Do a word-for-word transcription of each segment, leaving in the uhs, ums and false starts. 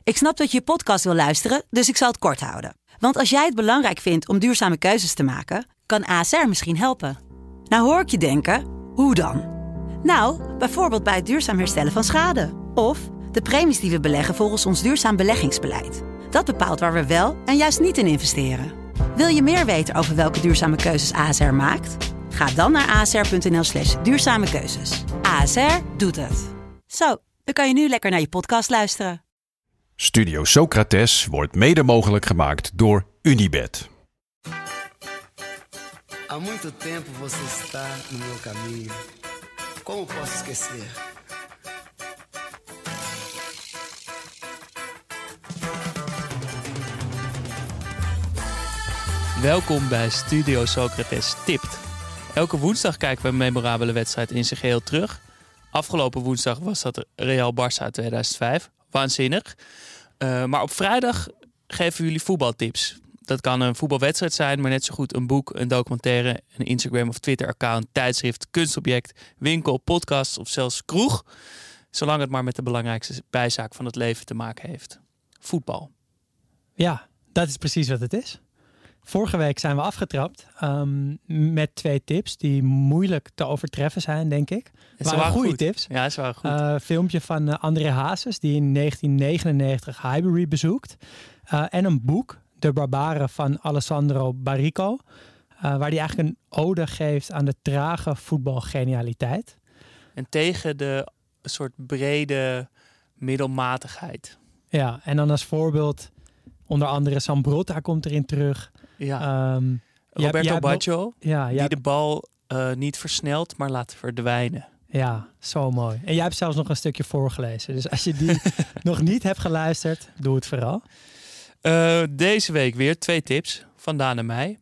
Ik snap dat je je podcast wil luisteren, dus ik zal het kort houden. Want als jij het belangrijk vindt om duurzame keuzes te maken, kan A S R misschien helpen. Nou hoor ik je denken, hoe dan? Nou, bijvoorbeeld bij het duurzaam herstellen van schade. Of de premies die we beleggen volgens ons duurzaam beleggingsbeleid. Dat bepaalt waar we wel en juist niet in investeren. Wil je meer weten over welke duurzame keuzes A S R maakt? Ga dan naar asr.nl slash duurzame keuzes. A S R doet het. Zo, dan kan je nu lekker naar je podcast luisteren. Studio Socrates wordt mede mogelijk gemaakt door Unibet. Há muito tempo você está no meu caminho. Como posso esquecer? Welkom bij Studio Socrates Tipt. Elke woensdag kijken we een memorabele wedstrijd in zijn geheel terug. Afgelopen woensdag was dat Real Barça tweeduizend vijf. Waanzinnig. Uh, maar op vrijdag geven we jullie voetbaltips. Dat kan een voetbalwedstrijd zijn, maar net zo goed een boek, een documentaire, een Instagram of Twitter-account, tijdschrift, kunstobject, winkel, podcast of zelfs kroeg. Zolang het maar met de belangrijkste bijzaak van het leven te maken heeft. Voetbal. Ja, dat is precies wat het is. Vorige week zijn we afgetrapt um, met twee tips die moeilijk te overtreffen zijn, denk ik. Het waren goede goed. tips. Ja, ze waren goed. Uh, filmpje van uh, André Hazes, die in negentien negenennegentig Highbury bezoekt. Uh, en een boek, De Barbaren van Alessandro Barrico. Uh, waar hij eigenlijk een ode geeft aan de trage voetbalgenialiteit. En tegen de soort brede middelmatigheid. Ja, en dan als voorbeeld onder andere Zambrotta komt erin terug. Ja. Um, Roberto jij, jij Baggio, nog, ja, die jij, de bal uh, niet versnelt, maar laat verdwijnen. Ja, zo mooi. En jij hebt zelfs nog een stukje voorgelezen. Dus als je die nog niet hebt geluisterd, doe het vooral. Uh, deze week weer twee tips van Daan en mij.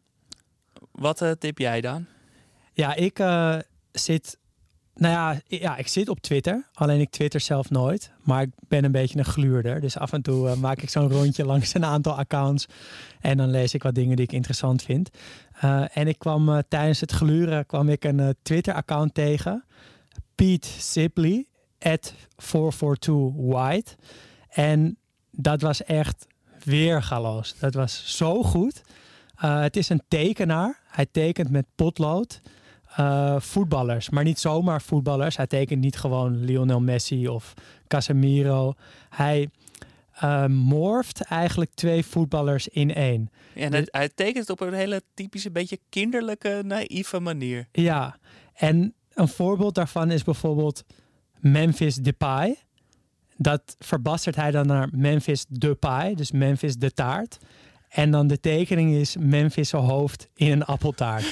Wat uh, tip jij dan? Ja, ik uh, zit... Nou ja, ja, ik zit op Twitter. Alleen ik twitter zelf nooit. Maar ik ben een beetje een gluurder. Dus af en toe uh, maak ik zo'n rondje langs een aantal accounts. En dan lees ik wat dingen die ik interessant vind. Uh, en ik kwam uh, tijdens het gluren kwam ik een uh, Twitter-account tegen. Pete Sibley, at four four two white. En dat was echt weergaloos. Dat was zo goed. Uh, het is een tekenaar. Hij tekent met potlood. Uh, voetballers, maar niet zomaar voetballers. Hij tekent niet gewoon Lionel Messi of Casemiro. Hij uh, morft eigenlijk twee voetballers in één. Ja, en hij, hij tekent het op een hele typische, beetje kinderlijke, naïeve manier. Ja, en een voorbeeld daarvan is bijvoorbeeld Memphis Depay. Dat verbastert hij dan naar Memphis Depay, dus Memphis de taart. En dan de tekening is Memphis' hoofd in een appeltaart.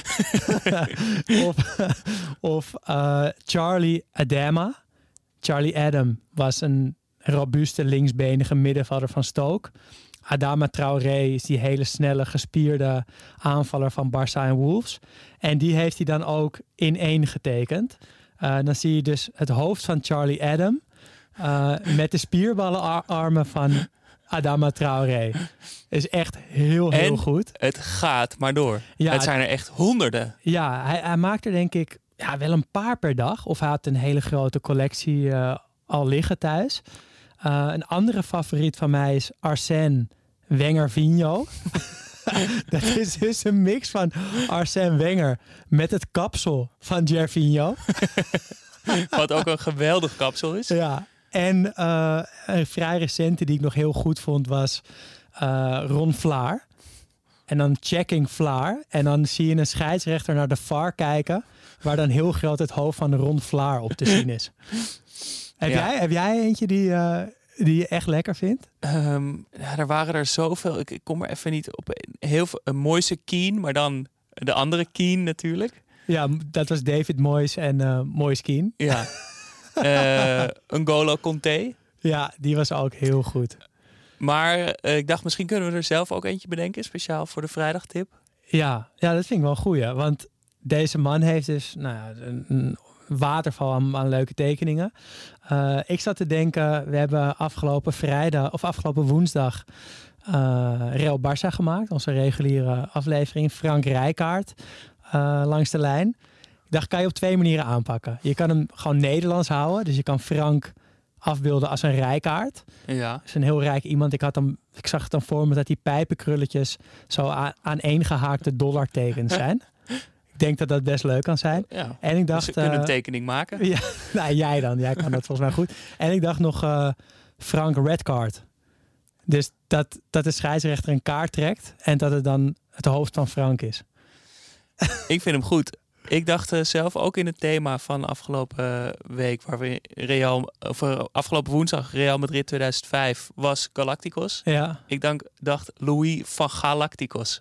of of uh, Charlie Adama. Charlie Adam was een robuuste linksbenige middenvelder van Stoke. Adama Traoré is die hele snelle, gespierde aanvaller van Barça en Wolves. En die heeft hij dan ook in één getekend. Uh, dan zie je dus het hoofd van Charlie Adam uh, met de spierballenarmen van Adama Traoré. Is echt heel, heel en goed. Het gaat maar door. Ja, het zijn er echt honderden. Ja, hij, hij maakt er denk ik ja, wel een paar per dag. Of hij had een hele grote collectie uh, al liggen thuis. Uh, een andere favoriet van mij is Arsène Wenger-Vigno. Dat is dus een mix van Arsène Wenger met het kapsel van Gervinho. Wat ook een geweldig kapsel is. Ja. En uh, een vrij recente die ik nog heel goed vond was uh, Ron Vlaar. En dan checking Vlaar. En dan zie je een scheidsrechter naar de V A R kijken, waar dan heel groot het hoofd van Ron Vlaar op te zien is. heb, ja. jij, heb jij eentje die, uh, die je echt lekker vindt? Um, ja, er waren er zoveel. Ik, ik kom er even niet op. Heel veel, een Moise Kean, maar dan de andere Kean natuurlijk. Ja, dat was David Moyes en uh, Moise Kean. Ja. uh, N'Golo Conte. Ja, die was ook heel goed. Maar uh, ik dacht, misschien kunnen we er zelf ook eentje bedenken, speciaal voor de vrijdagtip. Ja, ja, dat vind ik wel een goeie. Want deze man heeft dus nou ja, een, een waterval aan, aan leuke tekeningen. Uh, ik zat te denken, we hebben afgelopen vrijdag of afgelopen woensdag uh, Real Barça gemaakt. Onze reguliere aflevering. Frank Rijkaard uh, langs de lijn. Ik dacht, kan je op twee manieren aanpakken. Je kan hem gewoon Nederlands houden. Dus je kan Frank afbeelden als een rijkaard. Ja. Dat is een heel rijk iemand. Ik, had dan, ik zag het dan voor me dat die pijpenkrulletjes zo aan, aaneengehaakte dollartekens zijn. Ik denk dat dat best leuk kan zijn. Ja. En ik dacht, dus we kunnen een uh, tekening maken. Ja, nou, jij dan. Jij kan dat volgens mij goed. En ik dacht nog uh, Frank Redcard. Dus dat, dat de scheidsrechter een kaart trekt en dat het dan het hoofd van Frank is. Ik vind hem goed. Ik dacht uh, zelf ook in het thema van afgelopen uh, week, waar we Real, of uh, afgelopen woensdag Real Madrid tweeduizend vijf was Galacticos. Ja. Ik dank, dacht Louis van Galacticos.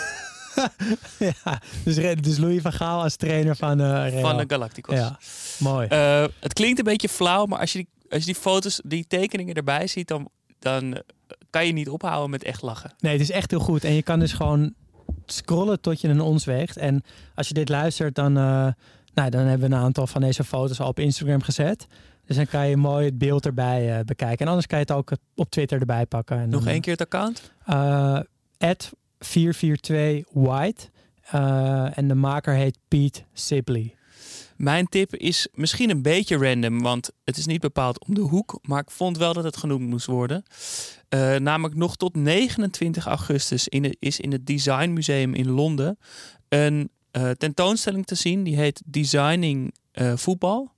Ja, dus, dus Louis van Gaal als trainer van uh, Real. Van de Galacticos. Ja, mooi. Uh, het klinkt een beetje flauw, maar als je die, als je die foto's, die tekeningen erbij ziet, dan, dan kan je niet ophouden met echt lachen. Nee, het is echt heel goed. En je kan dus gewoon scrollen tot je een ons weegt. En als je dit luistert, dan, uh, nou, dan hebben we een aantal van deze foto's al op Instagram gezet. Dus dan kan je mooi het beeld erbij uh, bekijken. En anders kan je het ook op Twitter erbij pakken. En Nog dan, één keer het account? Uh, at vier vier twee white. Uh, en de maker heet Pete Sibley. Mijn tip is misschien een beetje random, want het is niet bepaald om de hoek. Maar ik vond wel dat het genoemd moest worden. Uh, namelijk nog tot negenentwintig augustus in de, is in het Design Museum in Londen een uh, tentoonstelling te zien. Die heet Designing uh, Voetbal.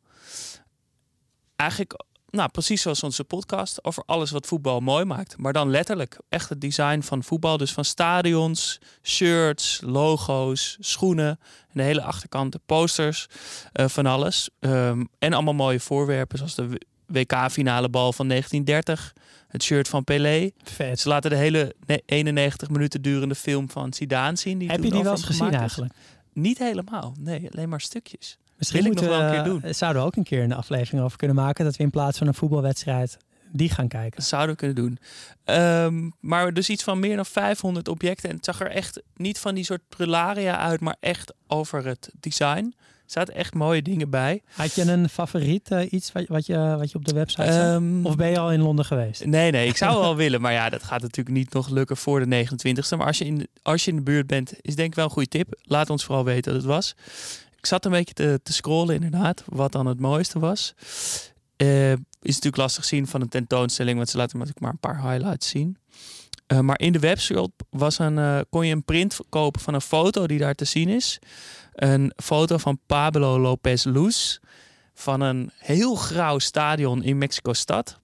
Eigenlijk nou, precies zoals onze podcast over alles wat voetbal mooi maakt. Maar dan letterlijk echt het design van voetbal. Dus van stadions, shirts, logo's, schoenen. En de hele achterkant, de posters, uh, van alles. Um, en allemaal mooie voorwerpen zoals de W K-finale bal van negentien dertig. Het shirt van Pelé. Vet. Ze laten de hele eenennegentig minuten durende film van Zidane zien. Die Heb je die wel eens gezien eigenlijk? Niet helemaal. Nee, alleen maar stukjes. Misschien wil ik nog wel een keer doen. Uh, zouden we ook een keer een aflevering over kunnen maken. Dat we in plaats van een voetbalwedstrijd die gaan kijken. Dat zouden we kunnen doen. Um, maar dus iets van meer dan vijfhonderd objecten. En het zag er echt niet van die soort prularia uit, maar echt over het design. Er zaten echt mooie dingen bij. Had je een favoriet, uh, iets wat, wat, je, wat je op de website zag? Um, of ben je al in Londen geweest? Nee, nee, ik zou wel willen. Maar ja, dat gaat natuurlijk niet nog lukken voor de negenentwintigste. Maar als je in de, als je in de buurt bent, is denk ik wel een goede tip. Laat ons vooral weten dat het was. Ik zat een beetje te, te scrollen inderdaad, wat dan het mooiste was. Uh, is natuurlijk lastig zien van een tentoonstelling, want ze laten natuurlijk maar een paar highlights zien. Uh, maar in de webshop was een, uh, kon je een print kopen van een foto die daar te zien is. Een foto van Pablo López Luz van een heel grauw stadion in Mexico-stad.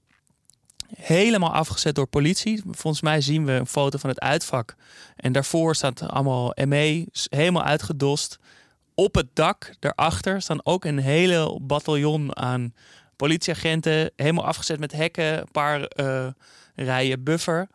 Helemaal afgezet door politie. Volgens mij zien we een foto van het uitvak. En daarvoor staat allemaal M E, helemaal uitgedost. Op het dak, daarachter, staan ook een hele bataljon aan politieagenten. Helemaal afgezet met hekken, een paar uh, rijen buffer.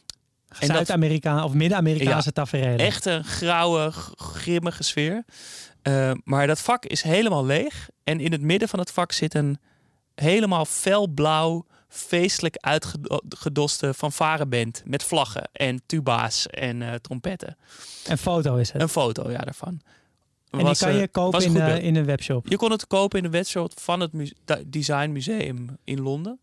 Zuid-Amerika of Midden-Amerikaanse ja, taferelen. Echt een grauwe, grimmige sfeer. Uh, maar dat vak is helemaal leeg. En in het midden van het vak zit een helemaal felblauw, feestelijk uitgedoste fanfareband. Met vlaggen en tuba's en uh, trompetten. Een foto is het? Een foto, ja, daarvan. En was, die kan je kopen in, uh, in een webshop? Je kon het kopen in de webshop van het mu- Design Museum in Londen.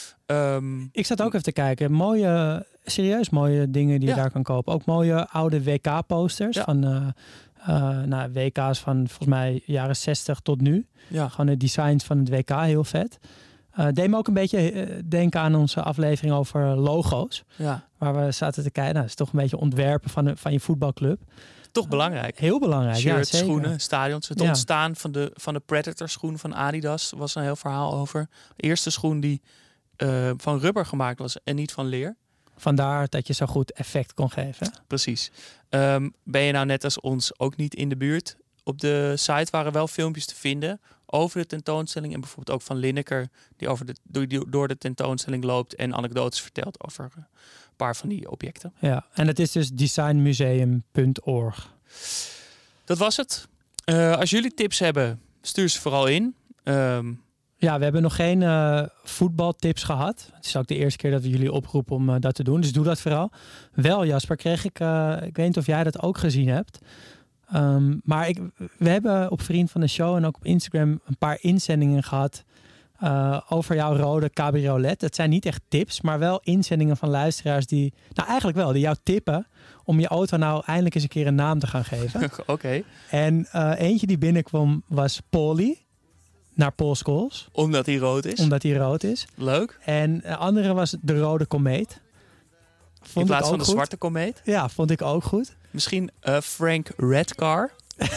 Um, ik zat ook even te kijken. Mooie, serieus mooie dingen die ja. je daar kan kopen. Ook mooie oude W K-posters. Ja. Van uh, uh, nou, W K's van volgens mij jaren zestig tot nu. Ja. Gewoon de designs van het W K, heel vet. Uh, deed me ook een beetje uh, denken aan onze aflevering over logo's. Ja. Waar we zaten te kijken. Nou, dat is toch een beetje ontwerpen van, de, van je voetbalclub. Toch belangrijk. Heel belangrijk, Shirts, ja, zeker. schoenen, stadions. Het ja. ontstaan van de, van de Predator schoen van Adidas was een heel verhaal over. De eerste schoen die uh, van rubber gemaakt was en niet van leer. Vandaar dat je zo goed effect kon geven. Precies. Um, ben je nou net als ons ook niet in de buurt? Op de site waren wel filmpjes te vinden over de tentoonstelling. En bijvoorbeeld ook van Lineker, die, over de, die door de tentoonstelling loopt en anekdotes vertelt over een paar van die objecten. Ja, en het is dus designmuseum punt org. Dat was het. Uh, als jullie tips hebben, stuur ze vooral in. Um, ja, we hebben nog geen uh, voetbaltips gehad. Het is ook de eerste keer dat we jullie oproepen om uh, dat te doen. Dus doe dat vooral. Wel, Jasper, kreeg ik... Uh, ik weet niet of jij dat ook gezien hebt. Um, maar ik, we hebben op Vriend van de Show en ook op Instagram een paar inzendingen gehad uh, over jouw rode cabriolet. Het zijn niet echt tips, maar wel inzendingen van luisteraars die, nou eigenlijk wel, die jou tippen om je auto nou eindelijk eens een keer een naam te gaan geven. Oké. Okay. En uh, eentje die binnenkwam was Polly. naar Paul Scholes. Omdat hij rood is. Omdat hij rood is. Leuk. En de andere was de rode komeet. Vond In plaats ik ook van de goed. zwarte komeet. Ja, vond ik ook goed. Misschien uh, Frank Redcar.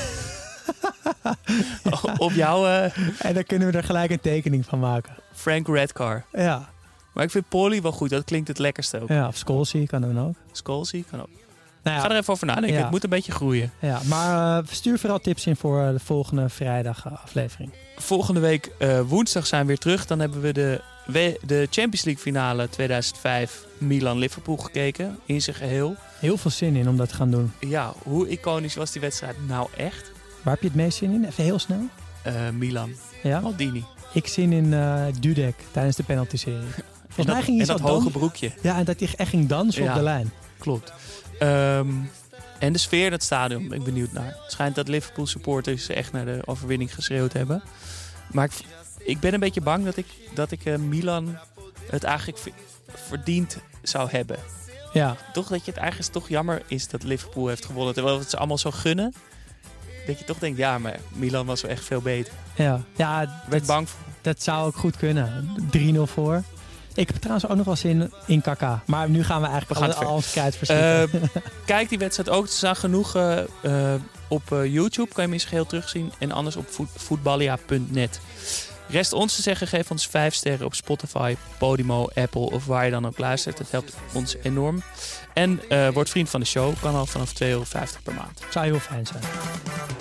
Op jouw uh, En dan kunnen we er gelijk een tekening van maken. Frank Redcar. Ja, Maar ik vind Polly wel goed. Dat klinkt het lekkerste ook. ja of Scholesy kan dan ook. Scholesy kan ook. Nou ja, Ga er even over nadenken. Ja. Het moet een beetje groeien. ja, maar uh, stuur vooral tips in voor uh, de volgende vrijdag uh, aflevering. Volgende week uh, woensdag zijn we weer terug. Dan hebben we de, de Champions League finale tweeduizend vijf Milan-Liverpool gekeken. In zijn geheel. Heel veel zin in om dat te gaan doen. Ja, hoe iconisch was die wedstrijd nou echt? Waar heb je het meest zin in? Even heel snel. Uh, Milan. Ja? Maldini. Ik zin in uh, Dudek tijdens de penalty-serie. Volgens En mij dat, ging hij en dat zo hoge dan- broekje. Ja, en dat hij echt ging dansen Ja. op de lijn. Klopt. Um, en de sfeer in het stadion, ben ik benieuwd naar. Het schijnt dat Liverpool supporters echt naar de overwinning geschreeuwd hebben. Maar ik, ik ben een beetje bang dat ik, dat ik uh, Milan het eigenlijk v- verdiend zou hebben. Ja, Toch dat je het eigenlijk toch jammer is dat Liverpool heeft gewonnen. Terwijl we het ze allemaal zo gunnen. Dat je toch denkt, ja, maar Milan was wel echt veel beter. ja. ja Ik werd dat, bang voor. dat zou ook goed kunnen. drie nul voor. Ik heb trouwens ook nog wel zin in Kaka. Maar nu gaan we eigenlijk We gaan al, het al ons kruid verslikken. Uh, kijk die wedstrijd ook. Er staan genoeg uh, uh, op uh, YouTube. Kan je hem in zijn geheel terugzien. En anders op voet, voetballia punt net. Rest ons te zeggen, geef ons vijf sterren op Spotify, Podimo, Apple of waar je dan ook luistert. Dat helpt ons enorm. En uh, word vriend van de show. Kan al vanaf twee euro vijftig per maand. Zou heel fijn zijn.